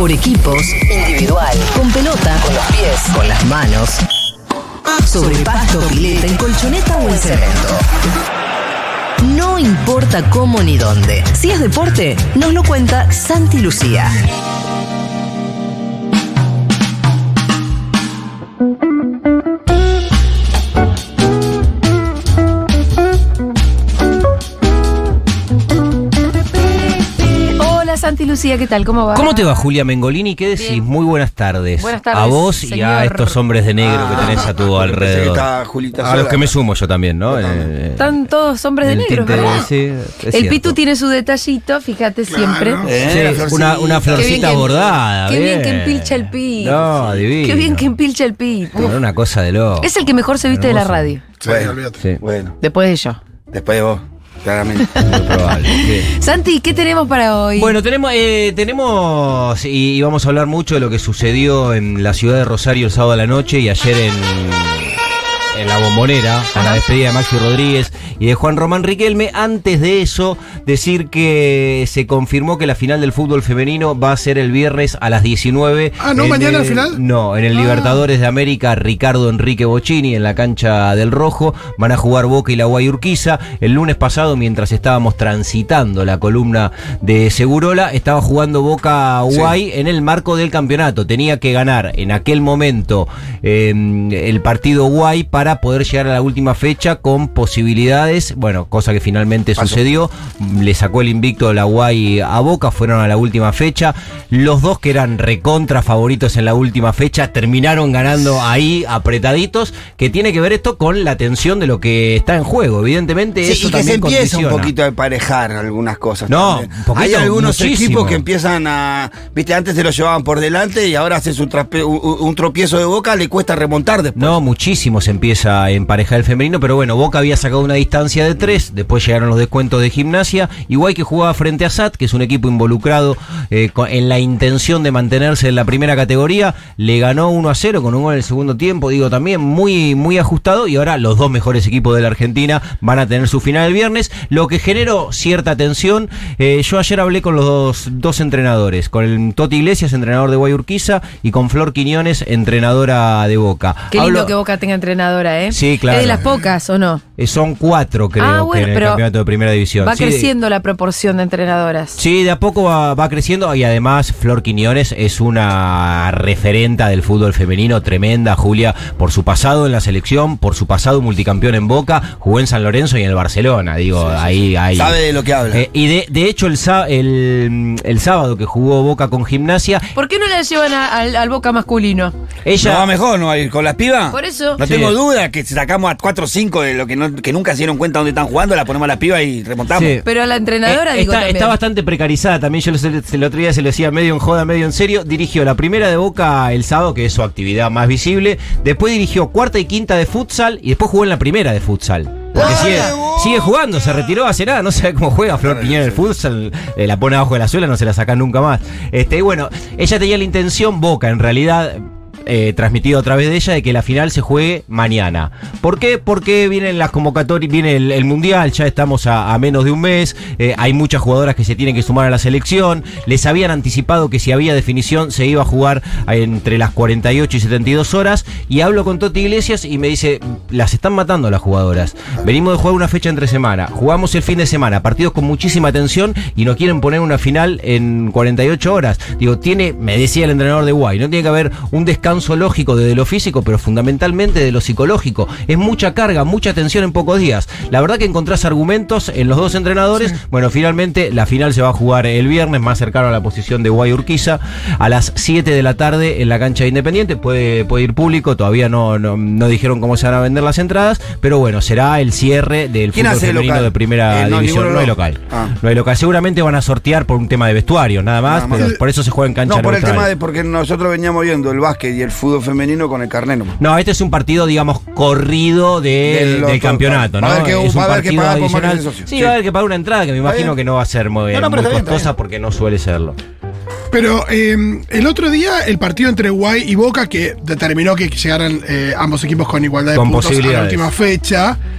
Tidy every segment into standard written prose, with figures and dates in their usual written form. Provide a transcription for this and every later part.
por equipos, individual, con pelota, con los pies, con las manos, sobre pasto, pileta, en colchoneta o en cemento. No importa cómo ni dónde. Si es deporte, nos lo cuenta Santi Lucía. Santi Lucía, ¿qué tal? ¿Cómo va? ¿Cómo te va, Julia Mengolini? ¿Qué decís? Bien. Muy buenas tardes. Buenas tardes, a vos señor. Y a estos hombres de negro que tenés a tu alrededor. A los que me sumo yo también, ¿no? Están todos hombres de negro, ¿verdad? Sí, el Pitu tiene su detallito, fíjate, siempre. Sí, una florcita bordada. Qué bien que empilcha el Pitu. No, divino. Qué bien que empilcha el Pitu. Una cosa de loco. Es el que mejor se viste de la radio. Sí. Bueno. Después de yo. Después de vos. Claramente. Muy probable. Sí. Santi, ¿qué tenemos para hoy? Bueno, tenemos y vamos a hablar mucho de lo que sucedió en la ciudad de Rosario el sábado a la noche y ayer en la Bombonera, con la despedida de Maxi Rodríguez y de Juan Román Riquelme. Antes de eso, decir que se confirmó que la final del fútbol femenino va a ser el viernes a las 19. Ah, ¿no? ¿Mañana al final? No, en el Libertadores de América, Ricardo Enrique Bocchini, en la cancha del Rojo. Van a jugar Boca y la Guay Urquiza. El lunes pasado, mientras estábamos transitando la columna de Segurola, estaba jugando Boca Guay en el marco del campeonato. Tenía que ganar en aquel momento el partido Guay para poder llegar a la última fecha con posibilidades, bueno, cosa que finalmente sucedió. Le sacó el invicto de la Guay a Boca, fueron a la última fecha. Los dos que eran recontra favoritos en la última fecha terminaron ganando ahí apretaditos, que tiene que ver esto con la tensión de lo que está en juego. Evidentemente eso y que también se empieza condiciona. Un poquito a emparejar algunas cosas. No, hay algunos muchísimo. equipos que empiezan a, viste, antes se lo llevaban por delante y ahora haces un tropiezo de Boca, le cuesta remontar después. No, muchísimo se empieza en pareja el femenino, pero bueno, Boca había sacado una distancia de 3, después llegaron los descuentos de Gimnasia, igual que jugaba frente a SAT, que es un equipo involucrado en la intención de mantenerse en la primera categoría. Le ganó 1-0 con un gol en el segundo tiempo, digo, también muy, muy ajustado, y ahora los dos mejores equipos de la Argentina van a tener su final el viernes, lo que generó cierta tensión. Yo ayer hablé con los dos entrenadores, con el Toti Iglesias, entrenador de Guay Urquiza, y con Flor Quiñones, entrenadora de Boca. Qué lindo que Boca tenga entrenadora, ¿eh? Sí, claro. ¿Es de las pocas o no? Son 4, creo, bueno, que en el campeonato de primera división. Va creciendo la proporción de entrenadoras. Sí, de a poco va creciendo, y además Flor Quiñones es una referenta del fútbol femenino tremenda, Julia, por su pasado en la selección, por su pasado multicampeón en Boca, jugó en San Lorenzo y en el Barcelona, digo, ahí. Sabe de lo que habla. Y de hecho el sábado que jugó Boca con Gimnasia. ¿Por qué no la llevan al Boca masculino? Ella no va mejor, ¿no va a ir con las pibas? Por eso. No tengo duda que si sacamos a 4 o 5 de lo que nunca se dieron cuenta dónde están jugando, la ponemos a las pibas y remontamos. Sí. Pero a la entrenadora está bastante precarizada también. Yo el otro día se lo decía medio en joda, medio en serio. Dirigió la primera de Boca el sábado, que es su actividad más visible. Después dirigió cuarta y quinta de futsal y después jugó en la primera de futsal. Porque sigue jugando, se retiró hace nada, no sabe cómo juega Flor Quiñones en el futsal, la pone abajo de la suela, no se la saca nunca más. Y bueno, ella tenía la intención, Boca en realidad, transmitido a través de ella, de que la final se juegue mañana. ¿Por qué? Porque vienen las convocatorias, viene el Mundial, ya estamos a menos de un mes, hay muchas jugadoras que se tienen que sumar a la selección, les habían anticipado que si había definición se iba a jugar entre las 48 y 72 horas, y hablo con Toti Iglesias y me dice, las están matando las jugadoras, venimos de jugar una fecha entre semana, jugamos el fin de semana, partidos con muchísima tensión y nos quieren poner una final en 48 horas. Digo, me decía el entrenador de Guay, no tiene que haber un descanso lógico desde lo físico, pero fundamentalmente de lo psicológico. Es mucha carga, mucha tensión en pocos días. La verdad que encontrás argumentos en los dos entrenadores. Sí. Bueno, finalmente la final se va a jugar el viernes, más cercano a la posición de Guay Urquiza, a las 7 de la tarde en la cancha de Independiente. Puede ir público, todavía no dijeron cómo se van a vender las entradas, pero bueno, será el cierre del fútbol femenino de primera división. No hay local. No hay local. Seguramente van a sortear por un tema de vestuario, nada más, pero por eso se juega en cancha neutral. No, por el tema de, porque nosotros veníamos viendo el básquet y el fútbol femenino con el carné. No, este es un partido, digamos, corrido del campeonato, ¿no? Va a haber que pagar por más. Sí, va a haber que pagar una entrada que me imagino que no va a ser muy costosa porque no suele serlo. Pero el otro día, el partido entre Guay y Boca, que determinó que llegaran ambos equipos con igualdad de puntos a la última fecha,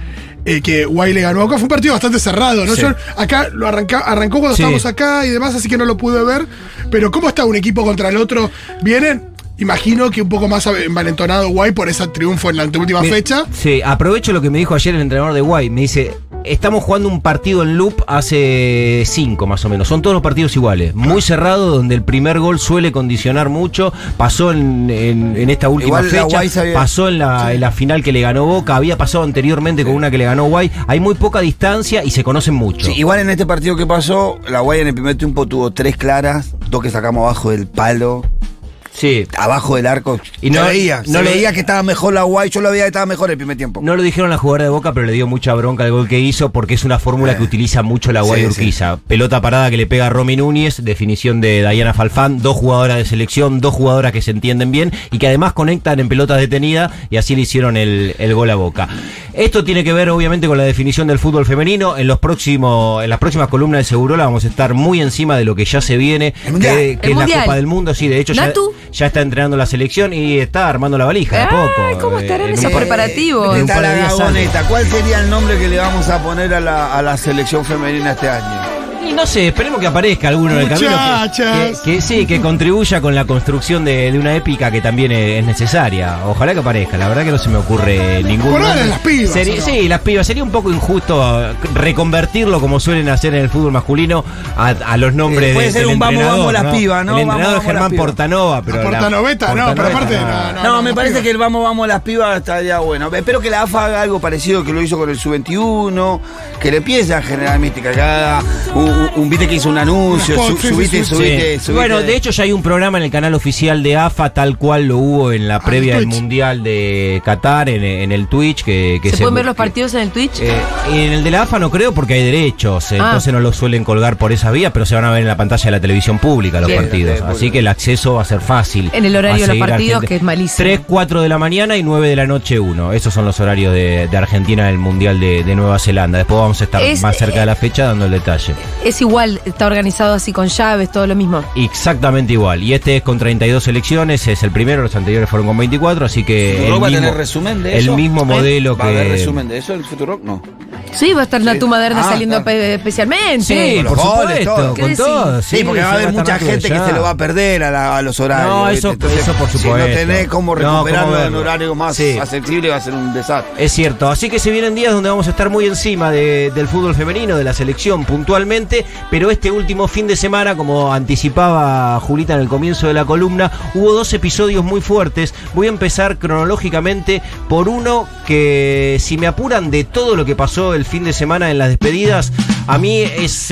que Guay le ganó a Boca. Fue un partido bastante cerrado, ¿no? Sí. Yo acá lo arrancó cuando Sí. estábamos acá y demás, así que no lo pude ver. Pero ¿cómo está un equipo contra el otro? Vienen, imagino que un poco más envalentonado Guay por ese triunfo en la última Mira, fecha. Sí, aprovecho lo que me dijo ayer el entrenador de Guay. Me dice, estamos jugando un partido en loop hace 5 más o menos. Son todos los partidos iguales. Muy cerrado, donde el primer gol suele condicionar mucho. Pasó en esta última Igual la fecha. Guay sabía- Pasó en la final que le ganó Boca. Había pasado anteriormente con una que le ganó Guay. Hay muy poca distancia y se conocen mucho. Sí, igual en este partido que pasó, la Guay en el primer tiempo tuvo 3 claras, 2 que sacamos abajo del palo, Sí. abajo del arco. Y no- Se no lo- veía que estaba mejor la Guay, yo lo veía que estaba mejor el primer tiempo. No lo dijeron la jugadora de Boca, pero le dio mucha bronca el gol que hizo porque es una fórmula que utiliza mucho la Guay Sí, Urquiza. Pelota parada que le pega a Romy Núñez, definición de Dayana Falfán, 2 jugadoras de selección, 2 jugadoras que se entienden bien y que además conectan en pelotas detenidas y así le hicieron el gol a Boca. Esto tiene que ver obviamente con la definición del fútbol femenino. En las próximas columnas de Segurola vamos a estar muy encima de lo que ya se viene, El Mundial. que El es la Mundial. Copa del Mundo. Sí, de hecho ¿Natu? ya está entrenando la selección y está armando la valija de a poco. Ay, ¿cómo estarán En esos un par- preparativos? en un Está par de la días sale. gagoneta. ¿Cuál sería el nombre que le vamos a poner a la selección femenina este año? Y no sé, esperemos que aparezca alguno en el camino Muchachas. que sí, que contribuya con la construcción de una épica que también es necesaria. Ojalá que aparezca, la verdad que no se me ocurre ningún Por ahora nombre. las pibas, ¿o no? Sí, las pibas. Sería un poco injusto reconvertirlo como suelen hacer en el fútbol masculino a los nombres Puede de, ser del un vamos, entrenador, vamos las pibas, ¿no? El Vamos, entrenador vamos Germán las pibas. Portanova, pero A Portanoveta, no, pero aparte no. No, me parece que el vamos las pibas estaría bueno. Espero que la AFA haga algo parecido que lo hizo con el Sub-21, que le empiece a generar mística, que haga viste que hizo un anuncio, Un spot, sí, subite. Sí. Bueno, de hecho ya hay un programa en el canal oficial de AFA, tal cual lo hubo en la previa del Twitch. Mundial de Qatar, en el Twitch. Que ¿Se pueden ver los partidos en el Twitch? En el de la AFA no creo porque hay derechos, entonces no los suelen colgar por esa vía, pero se van a ver en la pantalla de la televisión pública los Bien. partidos. Así que el acceso va a ser fácil. En el horario a de los seguir a partidos, Argentina. que es malísimo. 3, 4 de la mañana y 9 de la noche 1. Esos son los horarios de Argentina en el Mundial de Nueva Zelanda. Después vamos a estar Es, más cerca de la fecha dando el detalle. Es igual, está organizado así con llaves, todo lo mismo. Exactamente igual. Y este es con 32 selecciones, es el primero, los anteriores fueron con 24, así que ¿Futuro va a tener resumen de eso? el mismo modelo ¿Va a haber que... resumen de eso el Futuro? No. Sí, va a estar Natu Maderna Ah, saliendo claro. especialmente. Sí, Con por los goles, supuesto, todo. ¿Qué con decís? todo. Sí, porque va a sí, haber estar mucha Natu gente ya. que se lo va a perder a los horarios. No, ¿viste? eso por Si supuesto. no tenés cómo recuperarlo ¿cómo en verlo? horario más Sí. accesible, va a ser un desastre. Es cierto, así que se vienen días donde vamos a estar muy encima del fútbol femenino, de la selección puntualmente, pero este último fin de semana, como anticipaba Julita en el comienzo de la columna, hubo 2 episodios muy fuertes. Voy a empezar cronológicamente por uno que, si me apuran, de todo lo que pasó el fin de semana en las despedidas, a mí es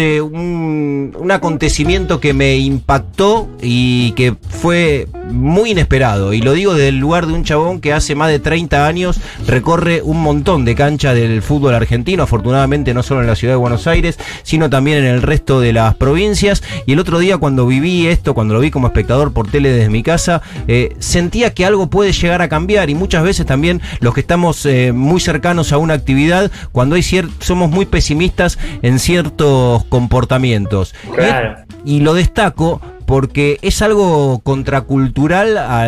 un acontecimiento que me impactó y que fue muy inesperado. Y lo digo desde el lugar de un chabón que hace más de 30 años recorre un montón de canchas del fútbol argentino, afortunadamente no solo en la ciudad de Buenos Aires, sino también en el resto de las provincias. Y el otro día cuando viví esto, cuando lo vi como espectador por tele desde mi casa, sentía que algo puede llegar a cambiar. Y muchas veces también los que estamos muy cercanos a una actividad, cuando hay somos muy pesimistas en ciertos comportamientos. Claro. Y lo destaco porque es algo contracultural a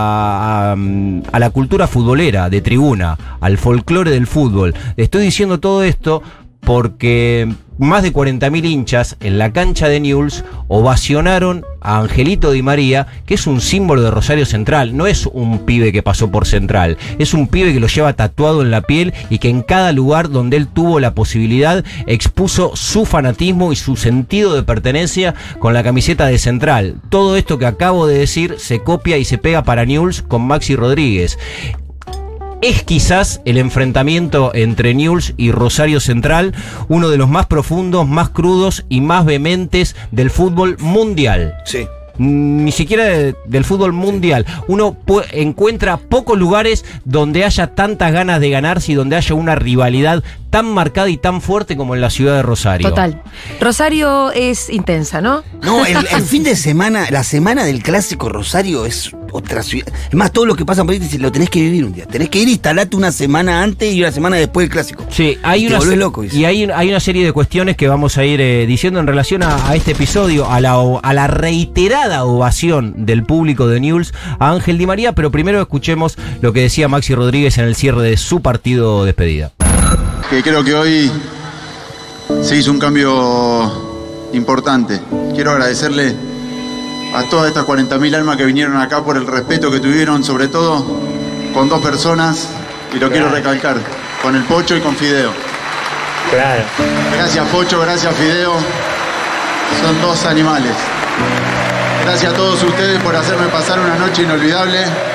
la cultura futbolera, de tribuna, al folclore del fútbol. Estoy diciendo todo esto porque más de 40.000 hinchas en la cancha de Newell's ovacionaron a Angelito Di María, que es un símbolo de Rosario Central. No es un pibe que pasó por Central, es un pibe que lo lleva tatuado en la piel y que en cada lugar donde él tuvo la posibilidad expuso su fanatismo y su sentido de pertenencia con la camiseta de Central. Todo esto que acabo de decir se copia y se pega para Newell's con Maxi Rodríguez. Es quizás el enfrentamiento entre Newell's y Rosario Central uno de los más profundos, más crudos y más vehementes del fútbol mundial. Sí. Ni siquiera del fútbol mundial. Uno encuentra pocos lugares donde haya tantas ganas de ganarse y donde haya una rivalidad tan marcada y tan fuerte como en la ciudad de Rosario. Total. Rosario es intensa, ¿no? No, el fin de semana, la semana del clásico Rosario es otra ciudad. Es más, todo lo que pasa por ahí lo tenés que vivir un día. Tenés que ir e instalarte una semana antes y una semana después del clásico. Sí, hay Te volvés loco, dice. y hay una serie de cuestiones que vamos a ir diciendo en relación a este episodio, a la reiterada ovación del público de Newell's a Ángel Di María, pero primero escuchemos lo que decía Maxi Rodríguez en el cierre de su partido despedida. que creo que hoy se hizo un cambio importante. Quiero agradecerle a todas estas 40.000 almas que vinieron acá por el respeto que tuvieron, sobre todo con dos personas, y lo quiero recalcar, con el Pocho y con Fideo. Claro. Gracias Pocho, gracias Fideo, son dos animales. Gracias a todos ustedes por hacerme pasar una noche inolvidable.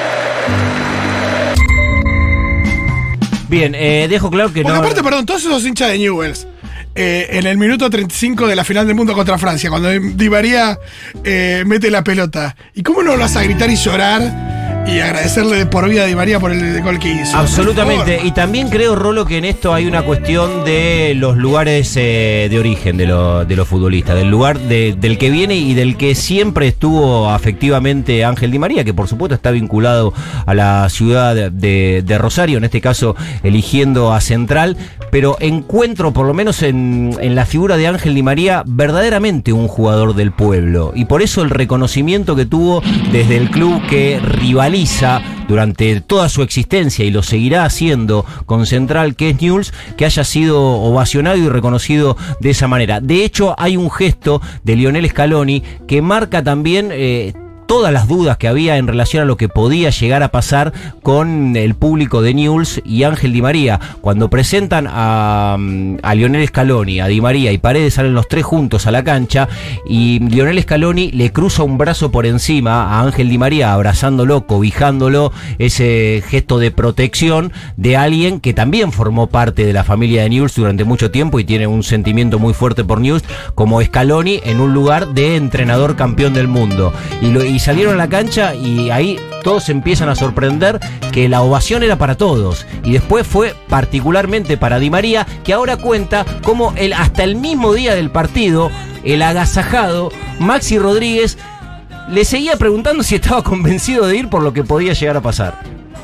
Bien, dejo claro que Porque no. aparte, perdón, todos esos hinchas de Newell's, en el minuto 35 de la final del mundo contra Francia, cuando Di María mete la pelota, ¿y cómo no lo vas a gritar y llorar y agradecerle de por vida a Di María por el gol que hizo? Absolutamente, Por favor. y también creo, Rolo, que en esto hay una cuestión de los lugares de origen de los futbolistas, del lugar del que viene y del que siempre estuvo afectivamente Ángel Di María, que por supuesto está vinculado a la ciudad de Rosario, en este caso eligiendo a Central, pero encuentro por lo menos en la figura de Ángel Di María verdaderamente un jugador del pueblo, y por eso el reconocimiento que tuvo desde el club que rivaliza durante toda su existencia y lo seguirá haciendo con Central, que es Newell's, que haya sido ovacionado y reconocido de esa manera. De hecho, hay un gesto de Lionel Scaloni que marca también todas las dudas que había en relación a lo que podía llegar a pasar con el público de Newell's y Ángel Di María. Cuando presentan a Lionel Scaloni, a Di María y Paredes, salen los tres juntos a la cancha y Lionel Scaloni le cruza un brazo por encima a Ángel Di María, abrazándolo, cobijándolo, ese gesto de protección de alguien que también formó parte de la familia de Newell's durante mucho tiempo y tiene un sentimiento muy fuerte por Newell's, como Scaloni en un lugar de entrenador campeón del mundo. Y salieron a la cancha y ahí todos empiezan a sorprender que la ovación era para todos. Y después fue particularmente para Di María, que ahora cuenta cómo hasta el mismo día del partido, el agasajado Maxi Rodríguez le seguía preguntando si estaba convencido de ir por lo que podía llegar a pasar.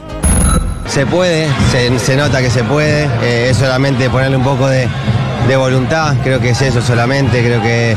Se puede, se nota que se puede, es solamente ponerle un poco de voluntad, creo que es eso solamente, creo que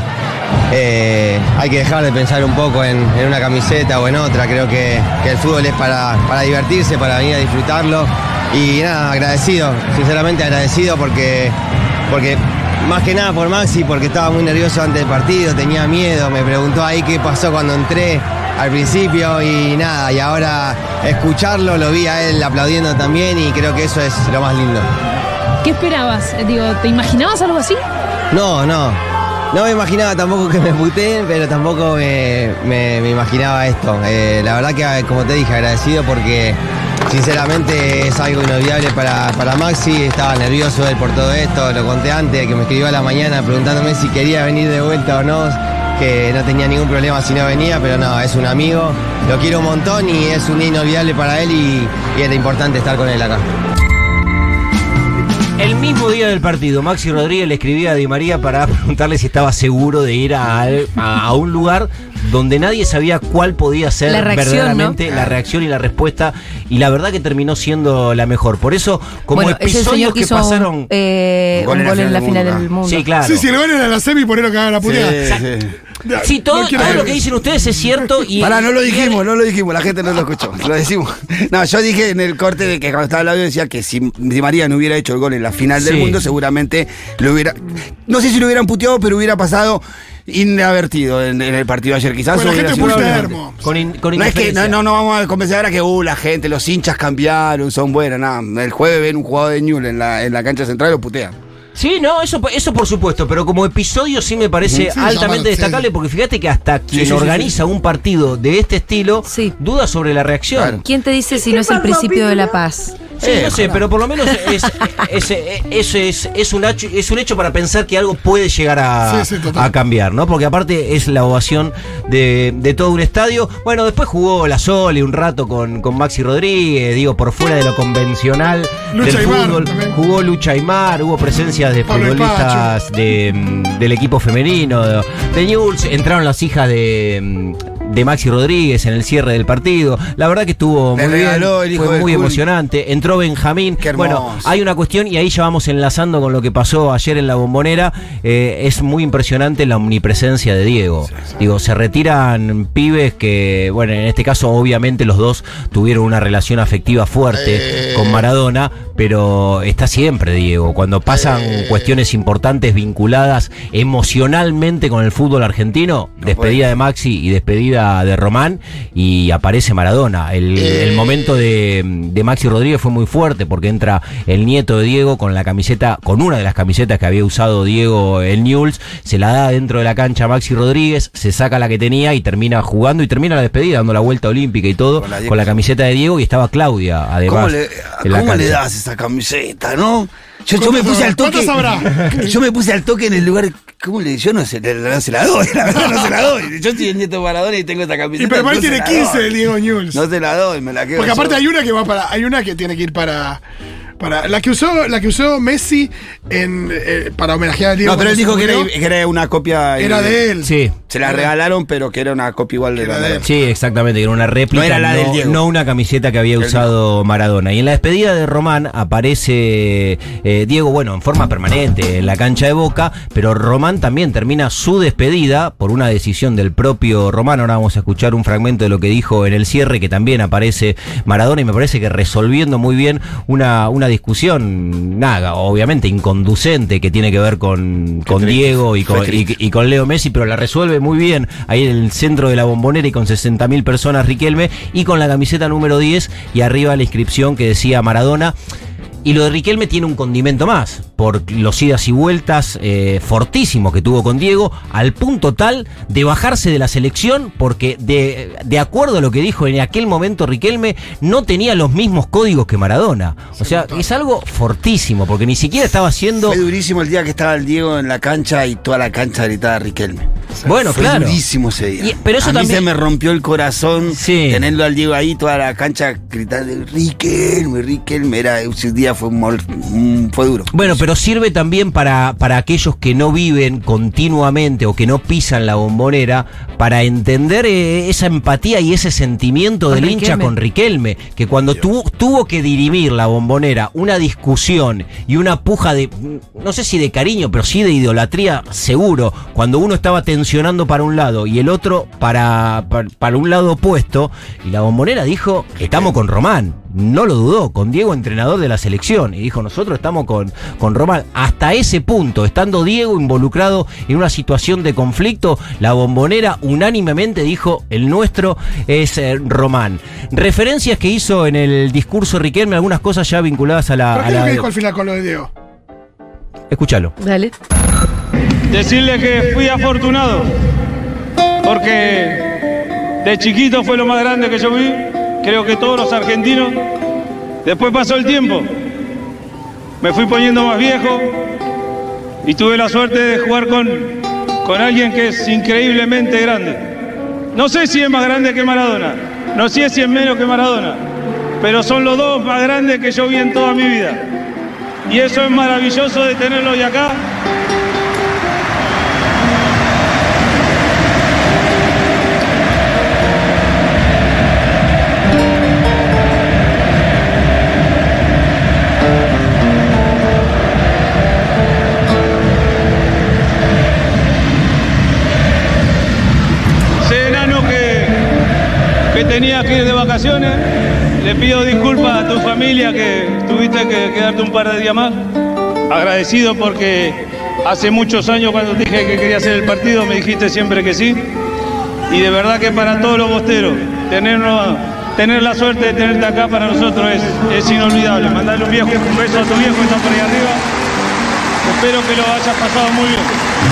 hay que dejar de pensar un poco en una camiseta o en otra, creo que el fútbol es para divertirse, para venir a disfrutarlo y nada, agradecido, sinceramente agradecido porque más que nada por Maxi, porque estaba muy nervioso antes del partido, tenía miedo, me preguntó ahí qué pasó cuando entré al principio y nada, y ahora escucharlo, lo vi a él aplaudiendo también y creo que eso es lo más lindo. ¿Qué esperabas? ¿Te imaginabas algo así? No me imaginaba tampoco que me puteen, pero tampoco me imaginaba esto. La verdad que, como te dije, agradecido porque sinceramente es algo inolvidable para Maxi. Estaba nervioso él por todo esto, lo conté antes, que me escribió a la mañana preguntándome si quería venir de vuelta o no, que no tenía ningún problema si no venía, pero no, es un amigo, lo quiero un montón y es un día inolvidable para él y era importante estar con él acá. El mismo día del partido, Maxi Rodríguez le escribía a Di María para preguntarle si estaba seguro de ir a un lugar donde nadie sabía cuál podía ser la reacción, verdaderamente, ¿no? La reacción y la respuesta, y la verdad que terminó siendo la mejor. Por eso, como episodios que pasaron... un gol en la final del mundo. Sí, claro. Sí, si el gol era la semi, por eso que hagan la puteada. Sí, todo lo que dicen ustedes es cierto. Y pará, no lo dijimos, la gente no lo escuchó. Lo decimos. No, yo dije en el corte de que cuando estaba el audio decía que si Di María no hubiera hecho el gol en la final del mundo, seguramente lo hubiera. No sé si lo hubieran puteado, pero hubiera pasado inadvertido en el partido de ayer. Quizás bueno, la gente sido muy termo. Con no es que no vamos a convencer ahora que la gente, los hinchas cambiaron, son buenos. Nada, el jueves ven un jugador de Newell's en la cancha central y lo putean. Sí, no, eso por supuesto, pero como episodio sí me parece altamente destacable, porque fíjate que hasta quien organiza un partido de este estilo duda sobre la reacción. Claro. ¿Quién te dice si no es el principio de la paz? Sí, no sé, pero por lo menos es un hecho para pensar que algo puede llegar a cambiar, ¿no? Porque aparte es la ovación de todo un estadio. Bueno, después jugó la Sole un rato con Maxi Rodríguez, digo, por fuera de lo convencional Lucha del Aymar fútbol. También. Jugó Lucha Aymar, hubo presencias de Pablo futbolistas del equipo femenino de Newell's, entraron las hijas de Maxi Rodríguez en el cierre del partido. La verdad que estuvo muy bien, fue muy emocionante. Entró entró Benjamín. Qué hermoso. Bueno, hay una cuestión y ahí ya vamos enlazando con lo que pasó ayer en la Bombonera. Es muy impresionante la omnipresencia de Diego. Digo, se retiran pibes que, bueno, en este caso obviamente los dos tuvieron una relación afectiva fuerte con Maradona, pero está siempre Diego. Cuando pasan cuestiones importantes vinculadas emocionalmente con el fútbol argentino, despedida de Maxi y despedida de Román, y aparece Maradona. El momento de Maxi Rodríguez fue muy fuerte porque entra el nieto de Diego con la camiseta, con una de las camisetas que había usado Diego en Newell's, se la da dentro de la cancha a Maxi Rodríguez, se saca la que tenía y termina jugando y termina la despedida, dando la vuelta olímpica y todo, con la camiseta de Diego, y estaba Claudia, además. ¿Cómo le das esa camiseta, no? Yo me puse al toque. Yo me puse al toque en el lugar. ¿Cómo le digo? Yo no se la doy, la verdad no se la doy. Yo soy el nieto de Maradona y tengo esta camiseta. Y pero él tiene 15 el Diego Newell's. No se la doy, me la quedo. Porque aparte hay una que tiene que ir para la que usó Messi para homenajear al Diego. No, pero él dijo que era una copia. Era de él. Sí. Se la regalaron, pero que era una copia igual de la. Sí, exactamente, que era una réplica, no era la del Diego. No una camiseta que había usado Maradona. Y en la despedida de Román aparece Diego, bueno, en forma permanente en la cancha de Boca, pero Román también termina su despedida por una decisión del propio Román. Ahora vamos a escuchar un fragmento de lo que dijo en el cierre, que también aparece Maradona, y me parece que resolviendo muy bien una discusión, nada, obviamente inconducente, que tiene que ver con Diego y con Leo Messi, pero la resuelve muy bien ahí en el centro de la Bombonera y con 60.000 personas Riquelme, y con la camiseta número 10 y arriba la inscripción que decía Maradona. Y lo de Riquelme tiene un condimento más, por los idas y vueltas fortísimos que tuvo con Diego, al punto tal de bajarse de la selección, porque de acuerdo a lo que dijo en aquel momento Riquelme, no tenía los mismos códigos que Maradona. O sea, es algo fortísimo, porque ni siquiera estaba haciendo... Fue durísimo el día que estaba el Diego en la cancha y toda la cancha gritaba Riquelme. Bueno, fue claro. durísimo ese día. Pero eso a mí también... se me rompió el corazón, sí, tenerlo al Diego ahí, toda la cancha gritando Riquelme. Ese día fue duro. Bueno, pero sirve también para aquellos que no viven continuamente o que no pisan la Bombonera, para entender esa empatía y ese sentimiento del hincha con Riquelme, que cuando tuvo que dirimir la Bombonera una discusión y una puja de, no sé si de cariño, pero sí de idolatría, seguro, cuando uno estaba tensionando para un lado y el otro para un lado opuesto, y la Bombonera dijo, estamos con Román. No lo dudó, con Diego, entrenador de la selección, y dijo, nosotros estamos con Román. Hasta ese punto, estando Diego involucrado en una situación de conflicto, la Bombonera unánimemente dijo, el nuestro es Román. Referencias que hizo en el discurso Riquelme, algunas cosas ya vinculadas a la... ¿Pero qué es lo que dijo al final con lo de Diego? Escúchalo. Dale. Decirle que fui afortunado, porque de chiquito fue lo más grande que yo vi. Creo que todos los argentinos. Después pasó el tiempo, me fui poniendo más viejo y tuve la suerte de jugar con alguien que es increíblemente grande. No sé si es más grande que Maradona, no sé si es menos que Maradona, pero son los dos más grandes que yo vi en toda mi vida. Y eso es maravilloso de tenerlo hoy acá. Tenía que ir de vacaciones, le pido disculpas a tu familia que tuviste que quedarte un par de días más. Agradecido porque hace muchos años cuando te dije que quería hacer el partido me dijiste siempre que sí. Y de verdad que para todos los bosteros, tener la suerte de tenerte acá para nosotros es inolvidable. Mandarle un beso a tu viejo que está por ahí arriba. Espero que lo hayas pasado muy bien.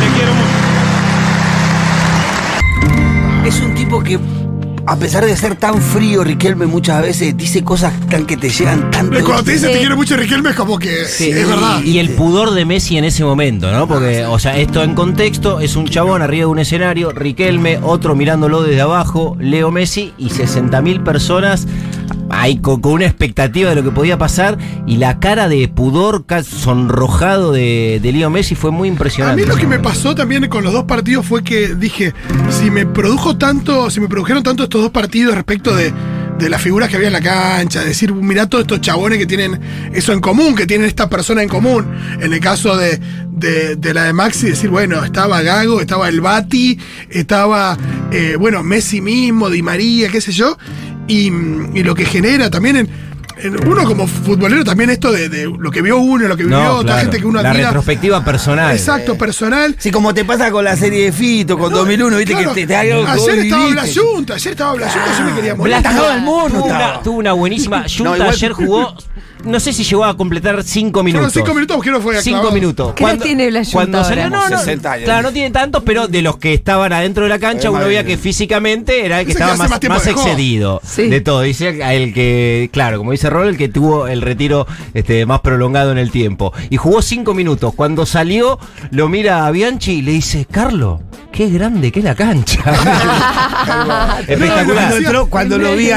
Te quiero mucho. Es un tipo que, a pesar de ser tan frío, Riquelme muchas veces dice cosas tan que te llegan tanto. Cuando te dice te quiero mucho Riquelme es como que sí, es verdad. Y el pudor de Messi en ese momento, ¿no? Porque, o sea, esto en contexto, es un chabón arriba de un escenario, Riquelme, otro mirándolo desde abajo, Leo Messi, y 60.000 personas ahí con una expectativa de lo que podía pasar, y la cara de pudor sonrojado de Leo Messi fue muy impresionante. A mí lo que me pasó también con los dos partidos fue que dije, si me produjeron tanto estos dos partidos respecto de de las figuras que había en la cancha, decir, mirá todos estos chabones que tienen eso en común, que tienen esta persona en común. En el caso de la de Maxi, decir, bueno, estaba Gago, estaba el Bati, estaba, Messi mismo, Di María, qué sé yo, y lo que genera también en uno como futbolero también esto de lo que vio uno, lo que vivió otra gente que uno admira. La retrospectiva personal. Exacto, personal. Sí, como te pasa con la serie de Fito, con 2001, viste claro, que te hago. Ayer estaba Blayunta, yo me quería morir. Todo el mundo. Tuvo una buenísima. Junta ayer jugó. No sé si llegó a completar 5 minutos. 5 minutos, ¿por qué no fue acá? 5 minutos. ¿Qué edad tiene Blayunta cuando salió, ahora? 60 años. Claro, no tiene tantos, pero de los que estaban adentro de la cancha, uno veía que físicamente era el que estaba más excedido de todo. Dice el que, claro, como dice Rol, el que tuvo el retiro más prolongado en el tiempo. Y jugó 5 minutos. Cuando salió, lo mira a Bianchi y le dice, Carlos, qué grande que es la cancha. Espectacular. Cuando lo vi a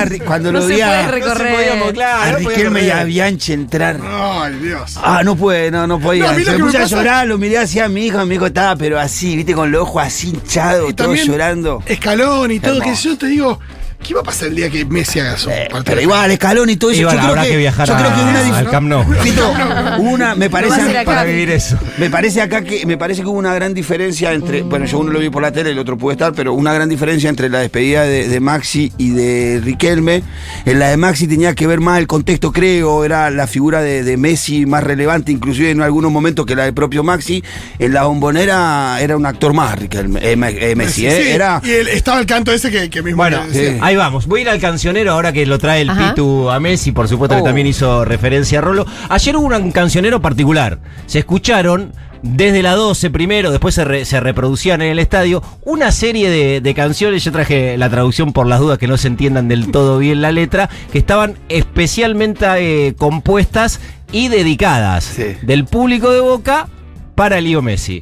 Riquelme y a Bianchi entrar. Ay, Dios. No podía. No, Se puse a llorar, lo miré así a mi hijo estaba, pero así, viste, con los ojos así hinchados, todo llorando. Escalón y todo, que yo te digo, ¿qué va a pasar el día que Messi haga eso? Pero igual, Escalón y todo eso. Habrá que viajar al Camp Nou. Me parece para vivir eso. Me parece que hubo una gran diferencia entre, yo uno lo vi por la tele, el otro puede estar, pero una gran diferencia entre la despedida de Maxi y de Riquelme. En la de Maxi tenía que ver más el contexto, creo, era la figura de Messi más relevante, inclusive en algunos momentos que la del propio Maxi. En la Bombonera era un actor más, Riquelme, Messi. Sí, era... Y estaba el canto ese que mismo. Bueno, ahí vamos. Voy a ir al cancionero ahora que lo trae el Pitu a Messi, por supuesto que también hizo referencia a Rolo. Ayer hubo un cancionero particular. Se escucharon desde la 12 primero, después se reproducían en el estadio una serie de canciones. Yo traje la traducción por las dudas que no se entiendan del todo bien la letra, que estaban especialmente compuestas y dedicadas del público de Boca para Leo Messi.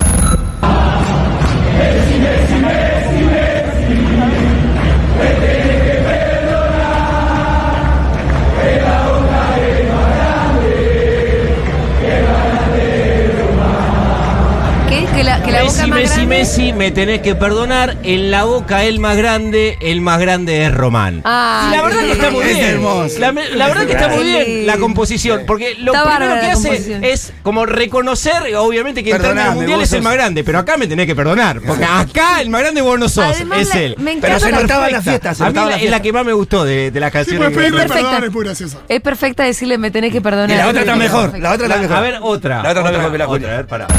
Messi, me tenés que perdonar. En la Boca el más grande es Román. La verdad que está muy bien. La verdad que está muy bien la composición. Porque lo primero que hace es como reconocer, obviamente, que entrar en el mundial es el más grande. Pero acá me tenés que perdonar. Porque acá el más grande vos no sos. Además, es él. Pero se notaba en la fiesta. A mí es la que más me gustó de la canción. Es perfecta decirle me tenés que perdonar. Y la otra está mejor. A ver, otra. La otra está mejor que la otra. A ver, pará.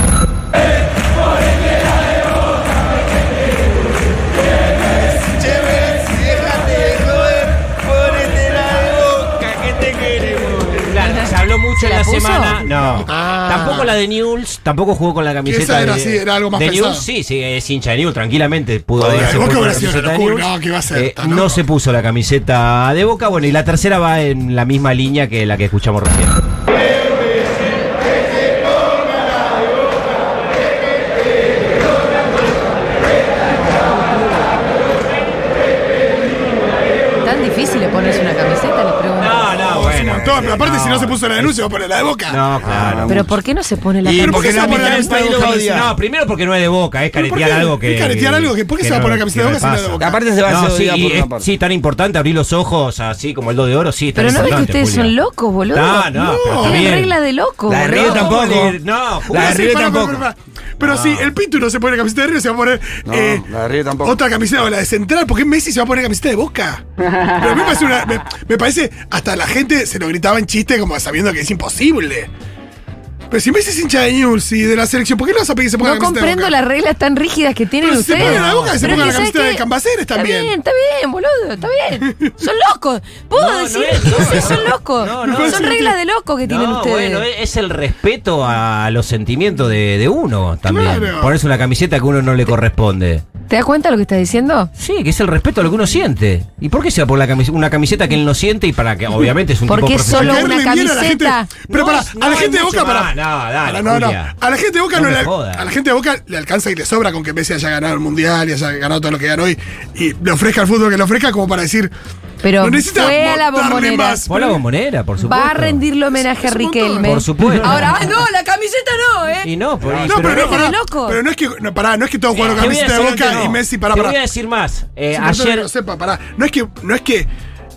Se habló mucho en la semana. No. Tampoco la de Newell's. Tampoco jugó con la camiseta. Era algo más de pesado. Newell's, sí, es hincha de Newell's. Tranquilamente pudo haberse puesto la camiseta de Newell's. No, ¿qué va a ser? No se puso la camiseta de Boca. Bueno, y la tercera va en la misma línea que la que escuchamos recién. ¿Tan difícil le pones una camiseta? Le pregunto. No, bueno. Pero aparte, si no se puso la denuncia, va a poner la de Boca. No, claro. Pero ¿por qué no se pone la ¿Y camiseta? por qué se va a poner la camiseta de Boca? No, primero porque no es de Boca, es caretear algo que. ¿Es caretear algo? ¿Por qué se va a poner la camiseta de Boca si no es de Boca? Aparte se va a hacer por una parte. Sí, tan importante abrir los ojos así como el 2 de oro, sí. Pero no ves que ustedes son locos, boludo. No, Tienen regla de loco. La de River tampoco. No, la de River tampoco. Pero si el Pitu no se pone camiseta de River, se va a poner la de River tampoco. otra camiseta o la de Central. ¿Por qué Messi se va a poner camiseta de Boca? Pero a mí me parece, hasta la gente se lo gritaba en chiste como sabiendo que es imposible. Pero si Messi es hincha de Newell's y de la selección, ¿por qué no vas a pedir que se ponga la camiseta de Boca? No comprendo las reglas tan rígidas que tienen Pero ustedes. se pongan la Boca, se pongan la camiseta de Cambaceres también. Está bien, boludo, está bien. Son locos. ¿Puedo decir? Sí, son locos. Son reglas de locos que tienen ustedes. Bueno, es el respeto a los sentimientos de uno también. Claro. Ponerse una camiseta que a uno no le corresponde. ¿Te das cuenta de lo que estás diciendo? Sí, que es el respeto a lo que uno siente. ¿Y por qué se va por una camiseta que él no siente y para que obviamente es un tipo profesional? Porque es solo una camiseta. Pero a la gente de Boca, A la gente de Boca a la gente de Boca le alcanza y le sobra con que Messi haya ganado el Mundial y haya ganado todo lo que ganó y le ofrezca el fútbol que le ofrezca como para decir. Pero no fue a la Bombonera. Fue a la Bombonera, por supuesto. Va a rendirle homenaje a Riquelme. Por supuesto. Ahora, no, la camiseta no, ¿eh? Y no, pero loco. Pero no es que todos jugaron camiseta de Boca y Messi, Te voy a decir más. Ayer. No es que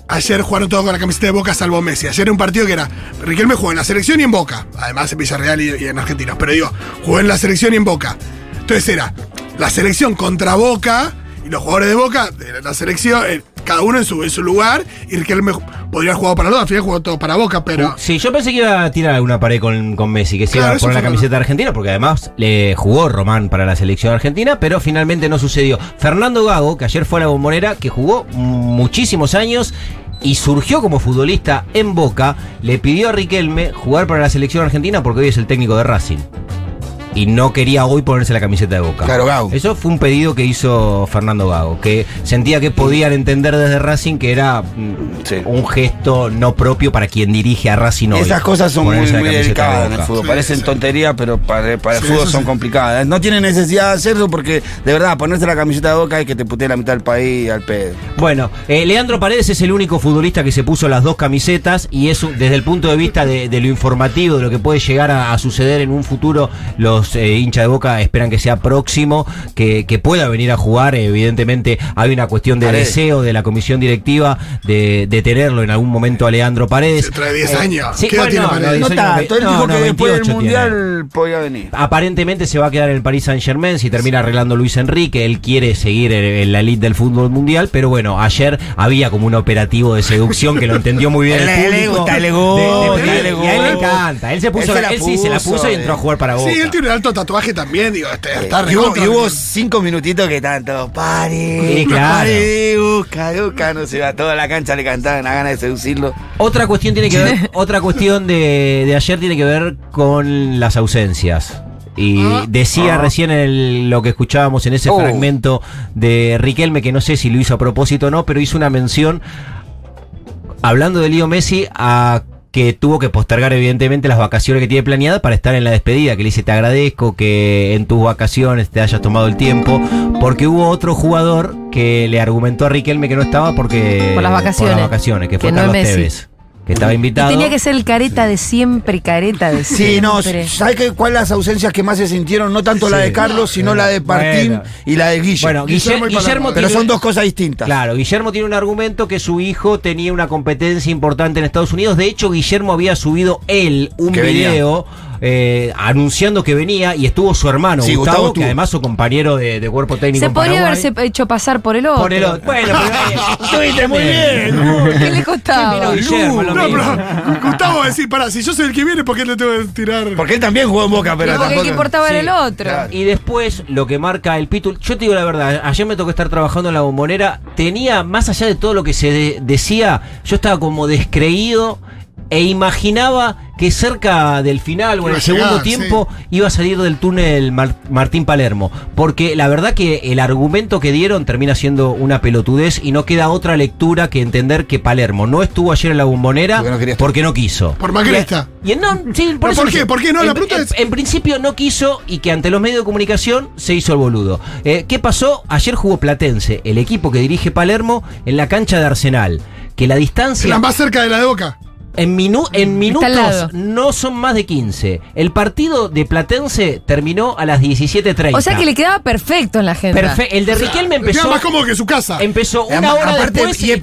ayer jugaron todos con la camiseta de Boca salvo Messi. Ayer era un partido que era, Riquelme jugó en la selección y en Boca, además en Villarreal y en Argentinos, pero digo, jugó en la selección y en Boca. Entonces era la selección contra Boca y los jugadores de Boca, de la selección, cada uno en su lugar, y Riquelme podría haber jugado para los dos, al final jugó todo para Boca, pero... Sí, yo pensé que iba a tirar alguna pared con Messi, que se iba a poner la camiseta argentina, porque además le jugó Román para la selección argentina, pero finalmente no sucedió. Fernando Gago, que ayer fue a la Bombonera, que jugó muchísimos años y surgió como futbolista en Boca, le pidió a Riquelme jugar para la selección argentina porque hoy es el técnico de Racing. Y no quería hoy ponerse la camiseta de Boca. Claro, Gago. Eso fue un pedido que hizo Fernando Gago, que sentía que podían entender desde Racing que era un gesto no propio para quien dirige a Racing hoy. Esas cosas son muy delicadas en el fútbol. Sí, Parecen tonterías, pero para el fútbol son complicadas. No tiene necesidad de hacerlo porque, de verdad, ponerse la camiseta de Boca es que te putee la mitad del país al pedo. Bueno, Leandro Paredes es el único futbolista que se puso las dos camisetas y eso desde el punto de vista de lo informativo, de lo que puede llegar a suceder en un futuro, los hinchas de Boca esperan que sea próximo, que pueda venir a jugar. Evidentemente hay una cuestión de deseo de la comisión directiva de tenerlo en algún momento a Leandro Paredes. Se trae 10 años. Sí, ¿Qué edad tiene Paredes? No tanto, él dijo que después del 28 Mundial podía venir. Aparentemente se va a quedar en el Paris Saint-Germain si termina arreglando Luis Enrique. Él quiere seguir en la elite del fútbol mundial, pero bueno, ayer había como un operativo de seducción que lo entendió muy bien el público. Le gusta. Y a él le encanta. Él se la puso y entró a jugar para Boca. Sí, él tiene un alto tatuaje también, digo, está y hubo 5 minutitos que estaban todos, pare, busca, no se va, toda la cancha le cantaban a ganas de seducirlo. Otra cuestión tiene que ver, otra cuestión de ayer tiene que ver con las ausencias. Y decía recién lo que escuchábamos en ese fragmento de Riquelme, que no sé si lo hizo a propósito o no, pero hizo una mención hablando de Leo Messi que tuvo que postergar evidentemente las vacaciones que tiene planeadas para estar en la despedida, que le dice te agradezco que en tus vacaciones te hayas tomado el tiempo, porque hubo otro jugador que le argumentó a Riquelme que no estaba por las vacaciones, que fue Carlos Tevez, que estaba invitado. Y tenía que ser el careta de siempre, Sí, no, ¿sabes cuál las ausencias que más se sintieron? No tanto la de Carlos, sino la de Martín y la de Guillermo. Bueno, Guillermo pero son dos cosas distintas. Claro, Guillermo tiene un argumento que su hijo tenía una competencia importante en Estados Unidos. De hecho, Guillermo había subido un video anunciando que venía y estuvo su hermano Gustavo, que además su compañero de cuerpo técnico. Se podría haberse hecho pasar por el otro. Bueno, pero estuviste muy bien. ¿Qué le costaba? Gustavo va a decir, pará, si yo soy el que viene, ¿por qué le tengo que tirar? Porque él también jugó en Boca, pero porque el que importaba era el otro. Claro. Y después, lo que marca el Pitu, yo te digo la verdad, ayer me tocó estar trabajando en la Bombonera, tenía, más allá de todo lo que se decía, yo estaba como descreído e imaginaba que cerca del final o en el segundo tiempo iba a salir del túnel Martín Palermo, porque la verdad que el argumento que dieron termina siendo una pelotudez y no queda otra lectura que entender que Palermo no estuvo ayer en la Bombonera porque no quiso. Por Macrista. ¿Por qué no? La pregunta es... En principio no quiso y que ante los medios de comunicación se hizo el boludo. ¿Qué pasó? Ayer jugó Platense, el equipo que dirige Palermo, en la cancha de Arsenal, que la distancia... La más cerca de la de Boca. En minutos no son más de 15. El partido de Platense terminó a las 17:30. O sea que le quedaba perfecto en la agenda. El de Riquelme empezó... Queda más cómodo que su casa. Empezó una hora después y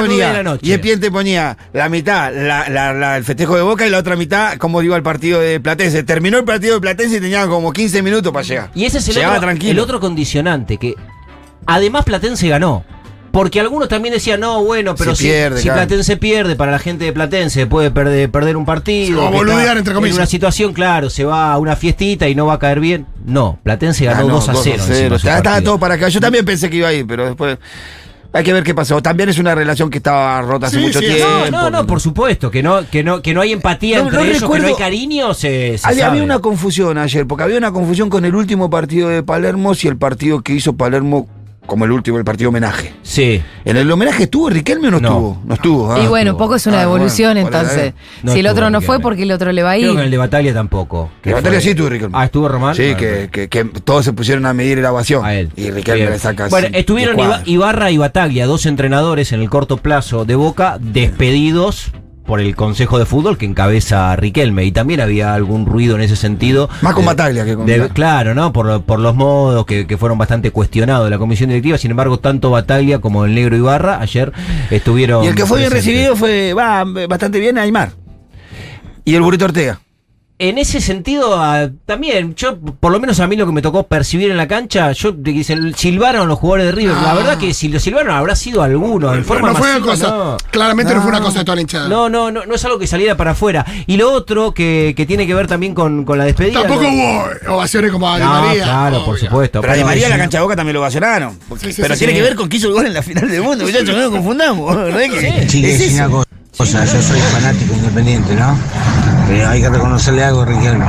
ESPN te ponía la mitad, el festejo de Boca y la otra mitad, como digo, el partido de Platense. Terminó el partido de Platense y tenía como 15 minutos para llegar. Y ese es el otro condicionante, que además Platense ganó. Porque algunos también decían, no, bueno, pero si Platense pierde, para la gente de Platense puede perder un partido. Se va a boludear, entre comillas. En una situación, claro, se va a una fiestita y no va a caer bien. No, Platense ganó 2-0. Estaba todo para acá. Yo también pensé que iba a ir, pero después... Hay que ver qué pasó. También es una relación que estaba rota hace mucho tiempo. No, por supuesto, que no hay empatía entre ellos, que no hay cariño, se sabe. Había una confusión ayer, porque había una confusión con el último partido de Palermo y el partido que hizo Palermo como el último, el partido homenaje. Sí. ¿En el homenaje estuvo Riquelme o no estuvo? No estuvo. Y bueno, poco es una devolución, entonces. Si el otro no fue, porque el otro le va a ir. Creo que en el de Bataglia tampoco. En el de Bataglia sí estuvo Riquelme. ¿Estuvo Román? Sí, que todos se pusieron a medir la ovación. A él. Y Riquelme le saca. Bueno, estuvieron Ibarra y Bataglia, dos entrenadores en el corto plazo de Boca, despedidos por el Consejo de Fútbol que encabeza Riquelme, y también había algún ruido en ese sentido. Más con Bataglia que con... claro, ¿no? Por los modos que fueron bastante cuestionados de la comisión directiva. Sin embargo, tanto Bataglia como el Negro Ibarra ayer estuvieron... Y el que fue bien presentes. recibido fue bastante bien Aymar. Y el Burrito Ortega. En ese sentido, también, yo, por lo menos a mí lo que me tocó percibir en la cancha, silbaron los jugadores de River. La verdad que si lo silbaron habrá sido alguno. En forma no fue una masiva, cosa, no. claramente no fue una cosa de toda la hinchada. No es algo que saliera para afuera. Y lo otro que tiene que ver también con la despedida. Tampoco hubo ovaciones como a Di María. Claro, obvio. Por supuesto. Pero a Di María en la cancha de Boca también lo ovacionaron. Pero tiene que ver con que hizo el gol en la final del mundo, muchachos, no nos confundamos. ¿No es que? Chiques, una cosa, yo soy fanático independiente, ¿no? Pero hay que reconocerle algo a Riquelme,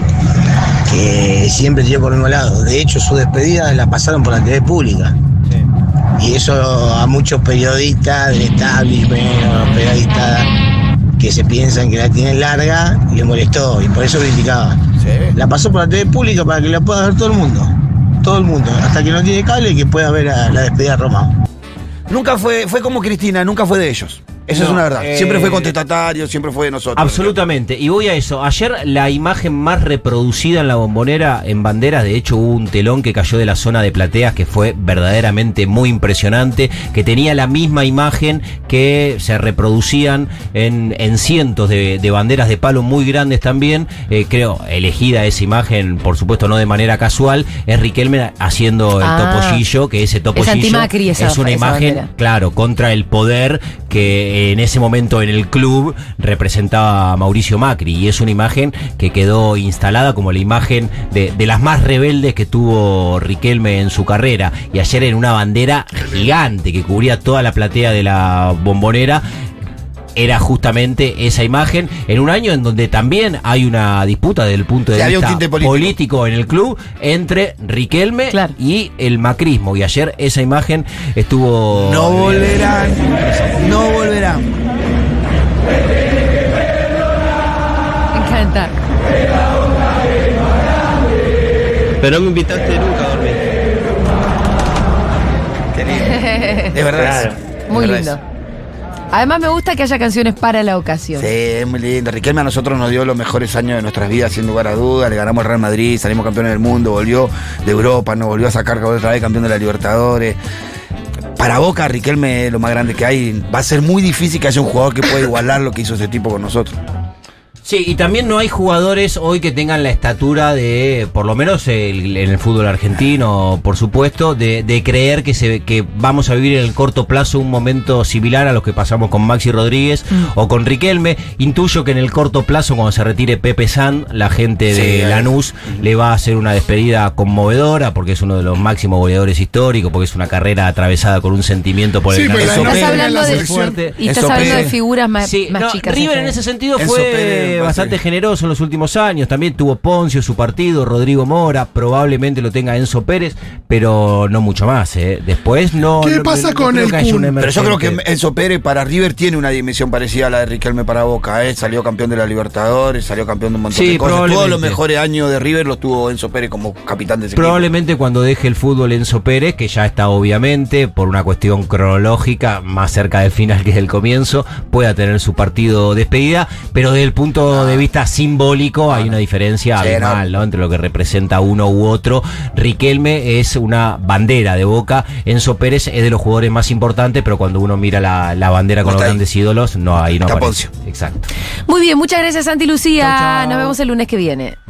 que siempre tiró por el mismo lado. De hecho, su despedida la pasaron por la TV pública. Y eso a muchos periodistas del establishment, periodistas que se piensan que la tienen larga, le molestó y por eso criticaba. La pasó por la TV pública para que la pueda ver todo el mundo. Todo el mundo, hasta que no tiene cable y que pueda ver a la despedida de Roma. Nunca fue como Cristina, nunca fue de ellos. Eso es una verdad. Siempre fue contestatario, siempre fue de nosotros. Absolutamente. Y voy a eso. Ayer la imagen más reproducida en la Bombonera, en banderas, de hecho hubo un telón que cayó de la zona de plateas que fue verdaderamente muy impresionante, que tenía la misma imagen que se reproducían en cientos de banderas de palo muy grandes también. Creo, elegida esa imagen, por supuesto no de manera casual, es Riquelme haciendo el topollillo, que ese topollillo es antimacri es una imagen, bandera. Claro, contra el poder que en ese momento en el club representaba a Mauricio Macri, y es una imagen que quedó instalada como la imagen de las más rebeldes que tuvo Riquelme en su carrera. Y ayer en una bandera gigante que cubría toda la platea de la Bombonera era justamente esa imagen, en un año en donde también hay una disputa desde el punto de vista político en el club entre Riquelme y el macrismo, y ayer esa imagen estuvo... No volverán. Me encanta. Pero no me invitaste nunca a dormir. Es verdad. Muy lindo. Además me gusta que haya canciones para la ocasión. Sí, es muy lindo. Riquelme a nosotros nos dio los mejores años de nuestras vidas, sin lugar a dudas. Le ganamos al Real Madrid, salimos campeones del mundo, volvió de Europa, nos volvió a sacar otra vez campeón de la Libertadores. Para Boca, Riquelme es lo más grande que hay. Va a ser muy difícil que haya un jugador que pueda igualar lo que hizo ese tipo con nosotros. Sí, y también no hay jugadores hoy que tengan la estatura de, por lo menos en el fútbol argentino, por supuesto, de creer que vamos a vivir en el corto plazo un momento similar a lo que pasamos con Maxi Rodríguez o con Riquelme. Intuyo que en el corto plazo, cuando se retire Pepe San, la gente de Lanús le va a hacer una despedida conmovedora, porque es uno de los máximos goleadores históricos, porque es una carrera atravesada con un sentimiento por el estás hablando de figuras más chicas. River en ese sentido fue bastante generoso en los últimos años. También tuvo Poncio su partido, Rodrigo Mora, probablemente lo tenga Enzo Pérez, pero no mucho más. Después no. ¿Qué pasa con el Kun? Pero yo creo que Enzo Pérez para River tiene una dimensión parecida a la de Riquelme para Boca. Salió campeón de la Libertadores, salió campeón de un montón de cosas. Todos los mejores años de River los tuvo Enzo Pérez como capitán de ese probablemente equipo. Cuando deje el fútbol Enzo Pérez, que ya está obviamente por una cuestión cronológica más cerca del final que del comienzo, pueda tener su partido despedida, pero desde el punto de vista simbólico hay una diferencia abismal, ¿no? Entre lo que representa uno u otro. Riquelme es una bandera de Boca, Enzo Pérez es de los jugadores más importantes, pero cuando uno mira la bandera con los grandes ídolos, no, ahí no aparece. Exacto. Muy bien, muchas gracias Santi Lucía. Chau, chau. Nos vemos el lunes que viene.